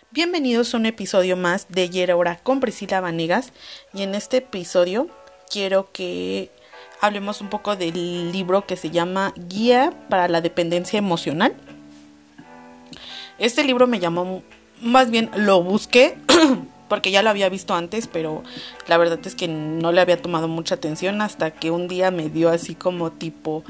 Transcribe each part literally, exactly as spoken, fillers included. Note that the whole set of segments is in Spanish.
Bienvenidos a un episodio más de Ayer Ahora con Priscila Vanegas, y en este episodio quiero que hablemos un poco del libro que se llama Guía para la Dependencia Emocional. Este libro me llamó, más bien lo busqué porque ya lo había visto antes, pero la verdad es que no le había tomado mucha atención hasta que un día me dio así como tipo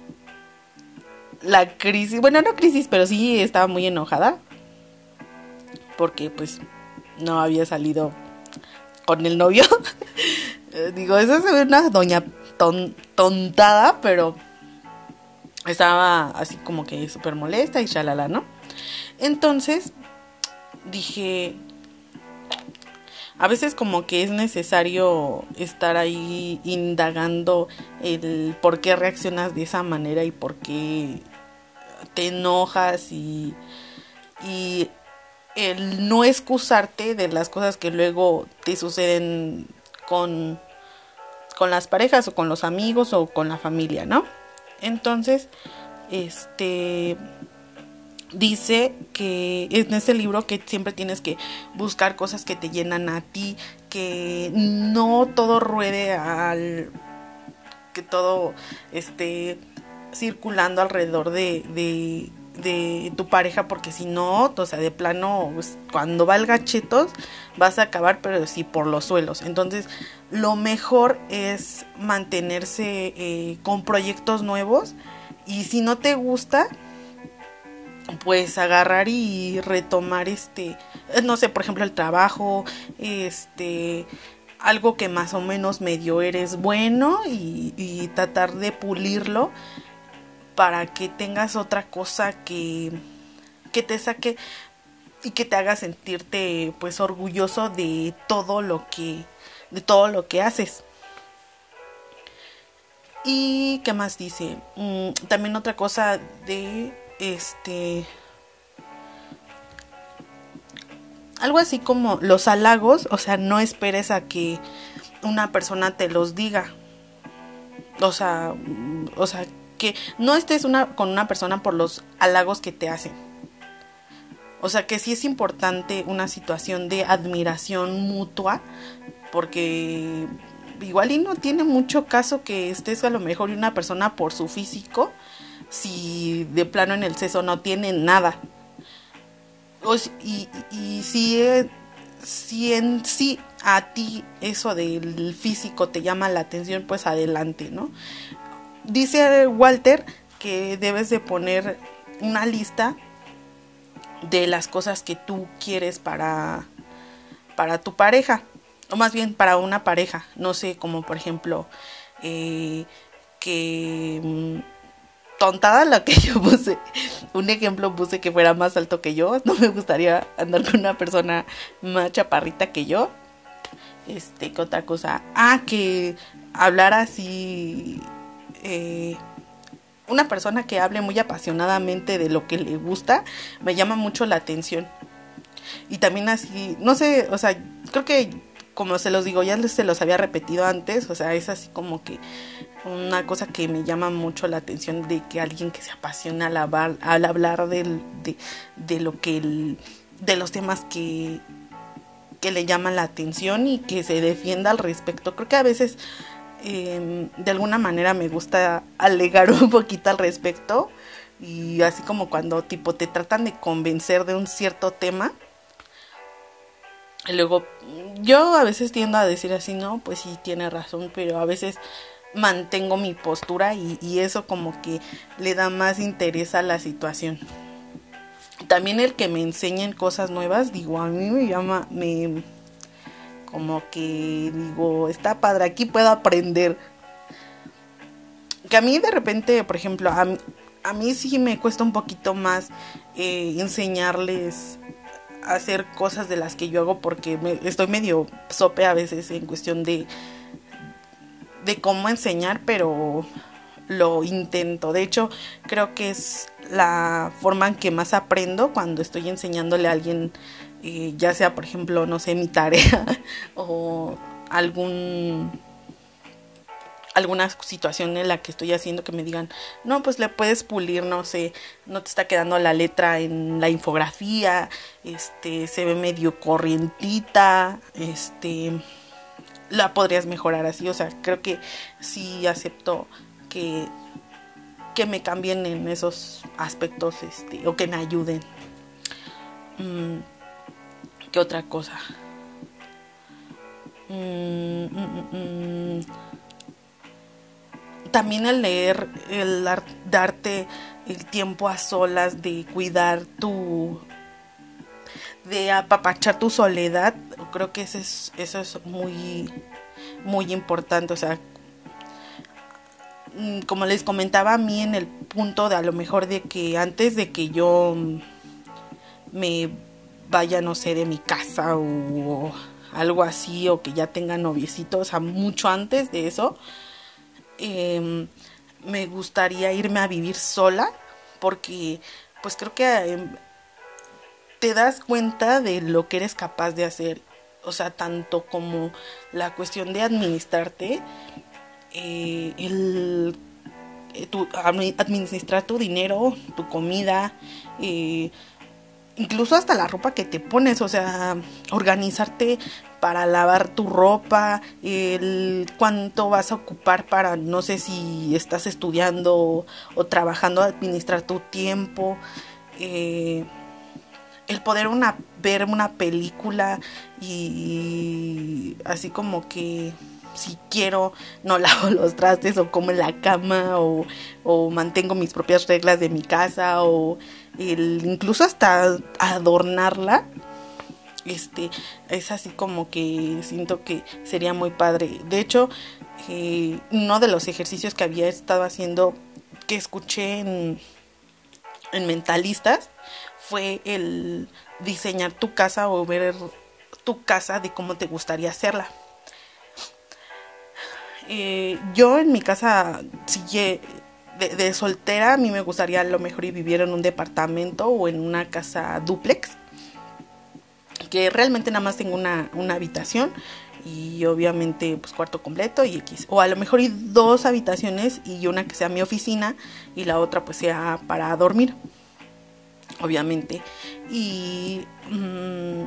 la crisis, bueno, no crisis, pero sí estaba muy enojada porque pues no había salido con el novio. Digo, eso es una doña ton, tontada, pero estaba así como que súper molesta y shalala, ¿no? Entonces dije, a veces como que es necesario estar ahí indagando el por qué reaccionas de esa manera y por qué te enojas y, y el no excusarte de las cosas que luego te suceden con, con las parejas o con los amigos o con la familia, ¿no? Entonces, este dice que en este libro que siempre tienes que buscar cosas que te llenan a ti, que no todo ruede al, que todo esté circulando alrededor de, de, de tu pareja, porque si no, o sea, de plano, pues, cuando valga chetos, vas a acabar, pero sí por los suelos. Entonces, lo mejor es mantenerse eh, con proyectos nuevos, y si no te gusta, pues agarrar y retomar este, no sé, por ejemplo el trabajo, este, algo que más o menos medio eres bueno y, y tratar de pulirlo para que tengas otra cosa que, que te saque y que te haga sentirte pues orgulloso de todo lo que, de todo lo que haces. Y qué más dice, mm, también otra cosa de este, algo así como los halagos, o sea, no esperes a que una persona te los diga. O sea, o sea, que no estés una, con una persona por los halagos que te hacen. O sea, que sí es importante una situación de admiración mutua, porque igual y no tiene mucho caso que estés a lo mejor una persona por su físico, si de plano en el seso no tiene nada. O, y, y si, si en sí a ti eso del físico te llama la atención, pues adelante, ¿no? Dice Walter que debes de poner una lista de las cosas que tú quieres para, para tu pareja, o más bien para una pareja. No sé, como por ejemplo, eh, que mmm, tontada la que yo puse. Un ejemplo puse que fuera más alto que yo. No me gustaría andar con una persona más chaparrita que yo. Este, ¿qué otra cosa? Ah, que hablar así... Eh, una persona que hable muy apasionadamente de lo que le gusta me llama mucho la atención. Y también así, no sé, o sea, creo que como se los digo, ya se los había repetido antes, o sea, es así como que una cosa que me llama mucho la atención, de que alguien que se apasiona al hablar, al hablar del, de, de lo que el, de los temas que, que le llaman la atención y que se defienda al respecto. Creo que a veces Eh, de alguna manera me gusta alegar un poquito al respecto, y así como cuando tipo te tratan de convencer de un cierto tema, y luego yo a veces tiendo a decir así, no, pues sí tiene razón, pero a veces mantengo mi postura, y, y eso como que le da más interés a la situación. También el que me enseñen cosas nuevas, digo, a mí me llama, me como que digo, está padre, aquí puedo aprender. Que a mí de repente, por ejemplo, a, a mí sí me cuesta un poquito más eh, enseñarles a hacer cosas de las que yo hago, porque me, estoy medio sope a veces en cuestión de, de cómo enseñar, pero lo intento. De hecho, creo que es la forma en que más aprendo, cuando estoy enseñándole a alguien, eh, ya sea, por ejemplo, no sé, mi tarea o algún alguna situación en la que estoy haciendo que me digan, no, pues le puedes pulir, no sé, no te está quedando la letra en la infografía, este, se ve medio corrientita, este, la podrías mejorar así. O sea, creo que sí acepto que, que me cambien en esos aspectos, este, o que me ayuden. Mm, ¿Qué otra cosa? Mm, mm, mm, También el leer, el dar, darte el tiempo a solas, de cuidar tu, de apapachar tu soledad, creo que eso es, eso es muy, muy importante. O sea, como les comentaba, a mí en el punto de a lo mejor de que antes de que yo me vaya, no sé, de mi casa o algo así, o que ya tenga noviecitos, o sea, mucho antes de eso, eh, me gustaría irme a vivir sola, porque pues creo que eh, te das cuenta de lo que eres capaz de hacer. O sea, tanto como la cuestión de administrarte, eh, el eh, tu, administrar tu dinero, tu comida, eh, incluso hasta la ropa que te pones. O sea, organizarte para lavar tu ropa, el cuánto vas a ocupar para, no sé si estás estudiando o, o trabajando, administrar tu tiempo, eh, el poder una, ver una película y así como que si quiero no lavo los trastes o como en la cama, o, o mantengo mis propias reglas de mi casa, o el, incluso hasta adornarla. Este, es así como que siento que sería muy padre. De hecho, eh, uno de los ejercicios que había estado haciendo, que escuché en, en Mentalistas, fue el diseñar tu casa o ver tu casa de cómo te gustaría hacerla. Eh, yo en mi casa, si de, de soltera, a mí me gustaría a lo mejor vivir en un departamento o en una casa dúplex, que realmente nada más tengo una, una habitación y obviamente pues cuarto completo y X, o a lo mejor dos habitaciones y una que sea mi oficina y la otra pues sea para dormir, obviamente. Y mmm,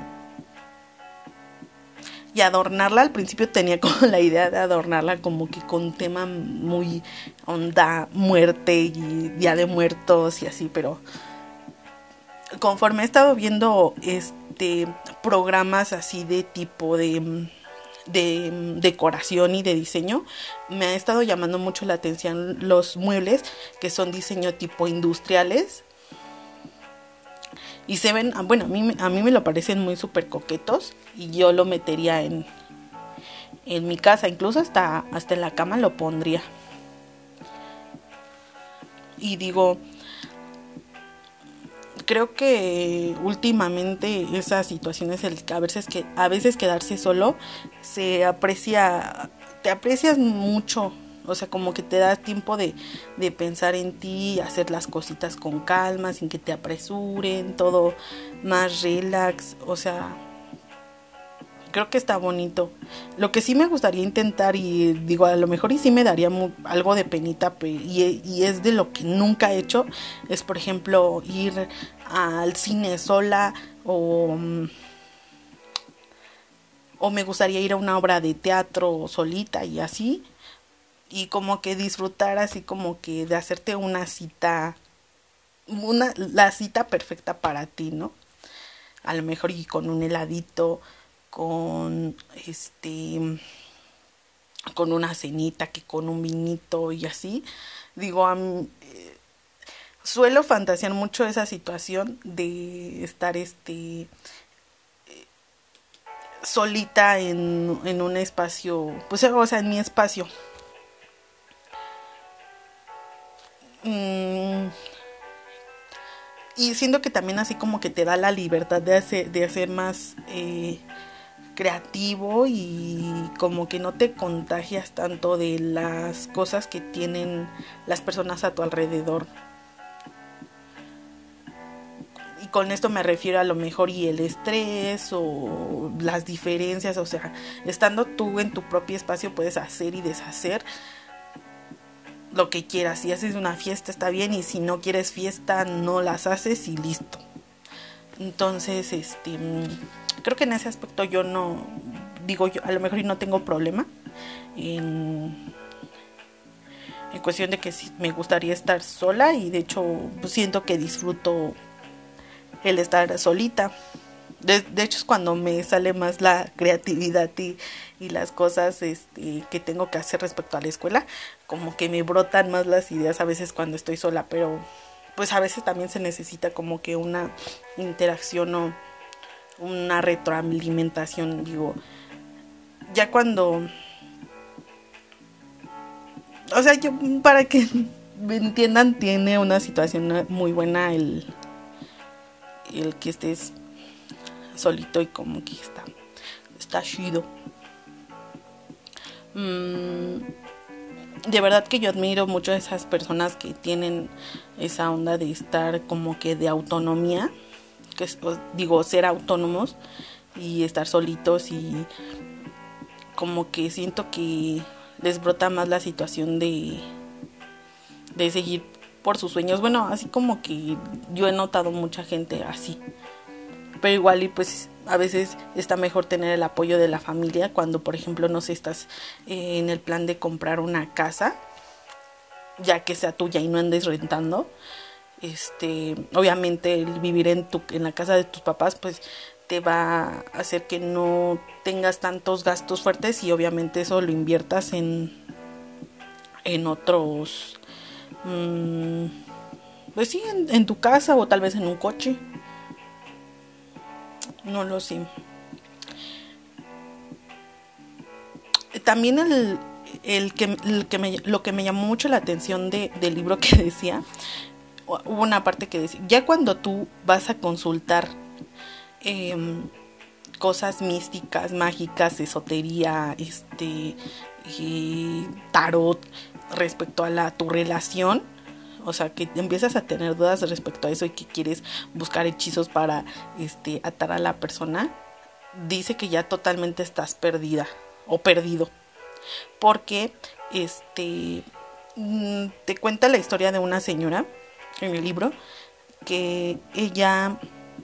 y adornarla, al principio tenía como la idea de adornarla como que con tema muy onda muerte y Día de Muertos y así, pero conforme he estado viendo este programas así de tipo de de decoración y de diseño, me ha estado llamando mucho la atención los muebles que son diseño tipo industriales. Y se ven, bueno, a mí, a mí me lo parecen muy súper coquetos y yo lo metería en, en mi casa, incluso hasta, hasta en la cama lo pondría. Y digo, creo que últimamente esas situaciones, el que a veces, que, a veces quedarse solo, se aprecia, te aprecias mucho. O sea, como que te das tiempo de, de pensar en ti, hacer las cositas con calma, sin que te apresuren, todo más relax. O sea, creo que está bonito. Lo que sí me gustaría intentar, y digo, a lo mejor y sí me daría muy, algo de penita, y, y es de lo que nunca he hecho, es por ejemplo ir al cine sola, o... o me gustaría ir a una obra de teatro solita y así. Y como que disfrutar así como que de hacerte una cita, una, la cita perfecta para ti, ¿no? A lo mejor y con un heladito, con este, con una cenita, que con un vinito y así. Digo, a mí, eh, suelo fantasear mucho esa situación de estar este solita en, en un espacio, pues o sea, en mi espacio. Mm, y siento que también así como que te da la libertad de hacer, de hacer más eh, creativo, y como que no te contagias tanto de las cosas que tienen las personas a tu alrededor. Y con esto me refiero a lo mejor y el estrés o las diferencias. O sea, estando tú en tu propio espacio puedes hacer y deshacer lo que quieras. Si haces una fiesta está bien, y si no quieres fiesta no las haces y listo. Entonces, este, creo que en ese aspecto yo no, digo yo, a lo mejor no tengo problema en, en cuestión de que sí me gustaría estar sola, y de hecho pues, siento que disfruto el estar solita. De, de hecho es cuando me sale más la creatividad y, y las cosas este, que tengo que hacer respecto a la escuela, como que me brotan más las ideas a veces cuando estoy sola, pero pues a veces también se necesita como que una interacción o una retroalimentación, digo, ya cuando, o sea, yo, para que me entiendan, tiene una situación muy buena el, el que estés solito y como que está, está chido. Mm, de verdad que yo admiro mucho a esas personas que tienen esa onda de estar como que de autonomía, que es, digo, ser autónomos y estar solitos, y como que siento que les brota más la situación de, de seguir por sus sueños. Bueno, así como que yo he notado mucha gente así. Pero igual y pues a veces está mejor tener el apoyo de la familia cuando, por ejemplo, no sé, estás eh, en el plan de comprar una casa, ya que sea tuya y no andes rentando. Este, obviamente el vivir en tu en la casa de tus papás pues te va a hacer que no tengas tantos gastos fuertes, y obviamente eso lo inviertas en en otros mmm, pues sí, en, en tu casa, o tal vez en un coche. No lo sé. También el, el que, el que me, lo que me llamó mucho la atención de, del libro que decía, hubo una parte que decía, ya cuando tú vas a consultar eh, cosas místicas, mágicas, esotería, este, eh, tarot, respecto a la, tu relación, o sea, que empiezas a tener dudas respecto a eso y que quieres buscar hechizos para este, atar a la persona, dice que ya totalmente estás perdida o perdido, porque este te cuenta la historia de una señora en el libro, que ella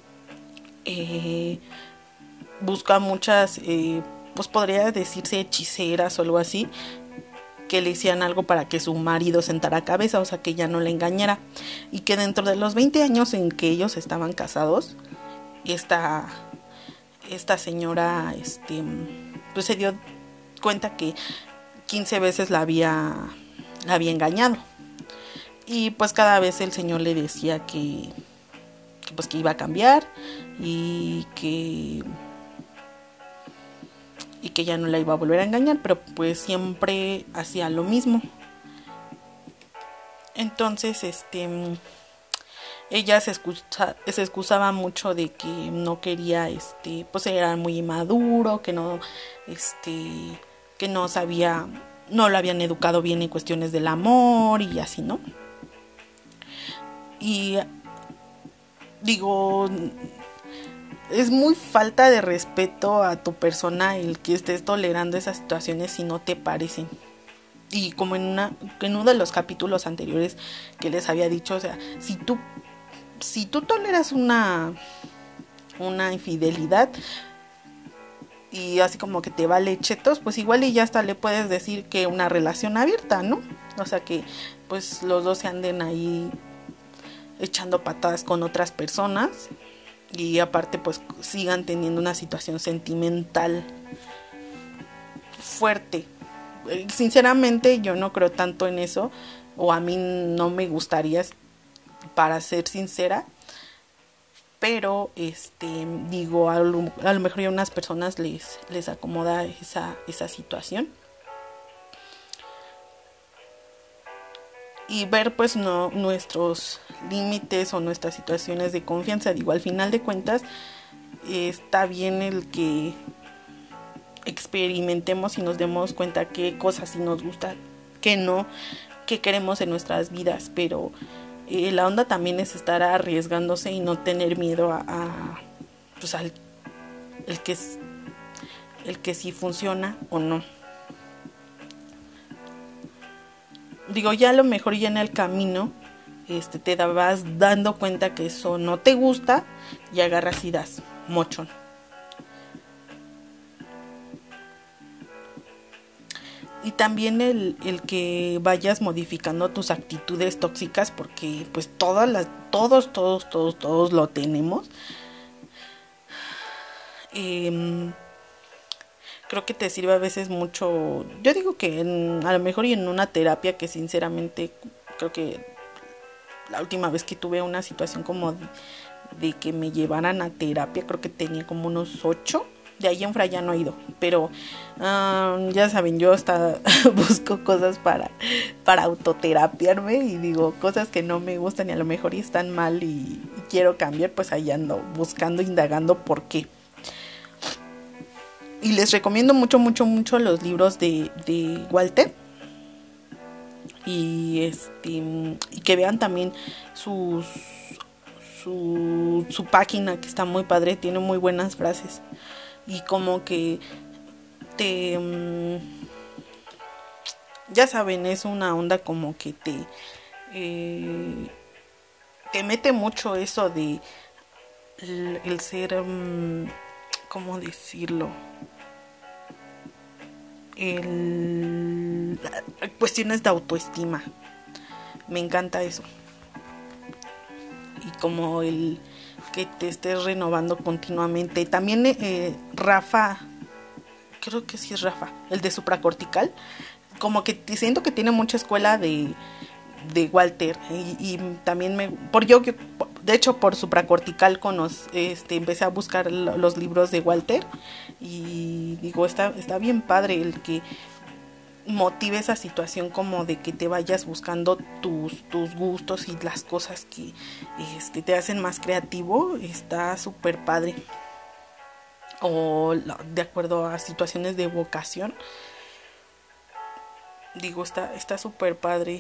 eh, busca muchas eh, pues podría decirse hechiceras o algo así, que le hicieran algo para que su marido sentara cabeza, o sea, que ya no le engañara, y que dentro de los veinte años en que ellos estaban casados, esta esta señora este pues se dio cuenta que quince veces la había la había engañado, y pues cada vez el señor le decía que, que pues que iba a cambiar, y que y que ya no la iba a volver a engañar, pero pues siempre hacía lo mismo. Entonces este ella se, excusa, se excusaba mucho de que no quería, este, pues era muy inmaduro, que no, este, que no sabía, no lo habían educado bien en cuestiones del amor y así, ¿no? Y digo, es muy falta de respeto a tu persona el que estés tolerando esas situaciones si no te parecen. Y como en una, en uno de los capítulos anteriores que les había dicho, o sea, si tú si tú toleras una una infidelidad y así como que te vale chetos, pues igual y ya hasta le puedes decir que una relación abierta, ¿no? O sea, que pues los dos se anden ahí echando patadas con otras personas, y aparte pues sigan teniendo una situación sentimental fuerte. Sinceramente yo no creo tanto en eso, o a mí no me gustaría, para ser sincera, pero este digo, a lo, a lo mejor a unas personas les, les acomoda esa, esa situación, y ver pues no, nuestros límites o nuestras situaciones de confianza. Digo, al final de cuentas eh, está bien el que experimentemos y nos demos cuenta qué cosas sí nos gusta, qué no, qué queremos en nuestras vidas, pero eh, la onda también es estar arriesgándose y no tener miedo a, a pues al el que el que sí funciona o no. digo, ya a lo mejor ya en el camino este, te vas dando cuenta que eso no te gusta y agarras y das mochón. Y también el, el que vayas modificando tus actitudes tóxicas, porque pues todas las, todos, todos, todos, todos lo tenemos. Eh, creo que te sirve a veces mucho. Yo digo que en, a lo mejor y en una terapia, que sinceramente creo que la última vez que tuve una situación como de, de que me llevaran a terapia, creo que tenía como unos ocho. De ahí en fuera ya no he ido, pero um, ya saben, yo hasta busco cosas para, para autoterapiarme y digo cosas que no me gustan y a lo mejor y están mal y, y quiero cambiar, pues ahí ando buscando, indagando por qué. Y les recomiendo mucho, mucho, mucho los libros de, de Walter. Y este y que vean también sus su, su página, que está muy padre, tiene muy buenas frases. Y como que te... Um, ya saben, es una onda como que te... Eh, te mete mucho eso de... El, el ser... Um, ¿Cómo decirlo? El, cuestiones de autoestima. Me encanta eso. Y como el... que te estés renovando continuamente. También eh, Rafa, creo que sí es Rafa, el de supracortical, como que siento que tiene mucha escuela de, de Walter. Y, y también me, por yo, de hecho por supracortical conoce, este, empecé a buscar los libros de Walter y digo, está, está bien padre el que motive esa situación, como de que te vayas buscando tus, tus gustos y las cosas que este, te hacen más creativo. Está súper padre. O de acuerdo a situaciones de vocación, digo, está está súper padre.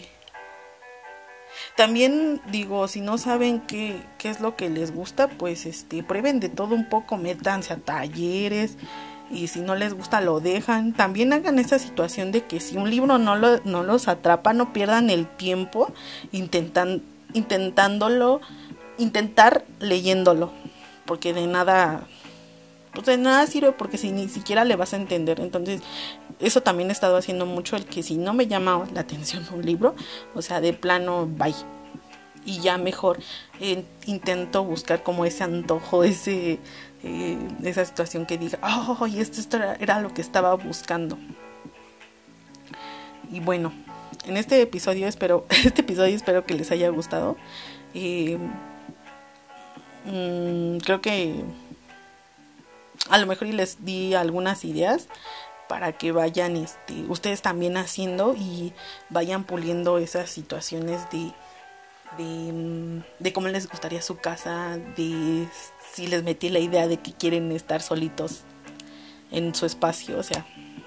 También digo, si no saben qué, qué es lo que les gusta, pues este prueben de todo un poco, métanse a talleres. Y si no les gusta lo dejan. También hagan esa situación de que si un libro no, lo, no los atrapa, no pierdan el tiempo intentan, intentándolo, intentar leyéndolo, porque de nada, pues de nada sirve, porque si ni siquiera le vas a entender. Entonces eso también he estado haciendo mucho, el que si no me llama la atención un libro, o sea, de plano, bye. Y ya mejor eh, intento buscar como ese antojo, ese eh, esa situación que diga, oh, y esto, esto era, era lo que estaba buscando. Y bueno, en este episodio espero, este episodio espero que les haya gustado. Eh, mmm, creo que a lo mejor les di algunas ideas para que vayan este, ustedes también haciendo y vayan puliendo esas situaciones de De, de cómo les gustaría su casa, de si les metí la idea de que quieren estar solitos en su espacio. O sea,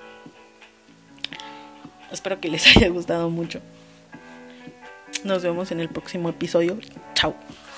espero que les haya gustado mucho. Nos vemos en el próximo episodio. Chao.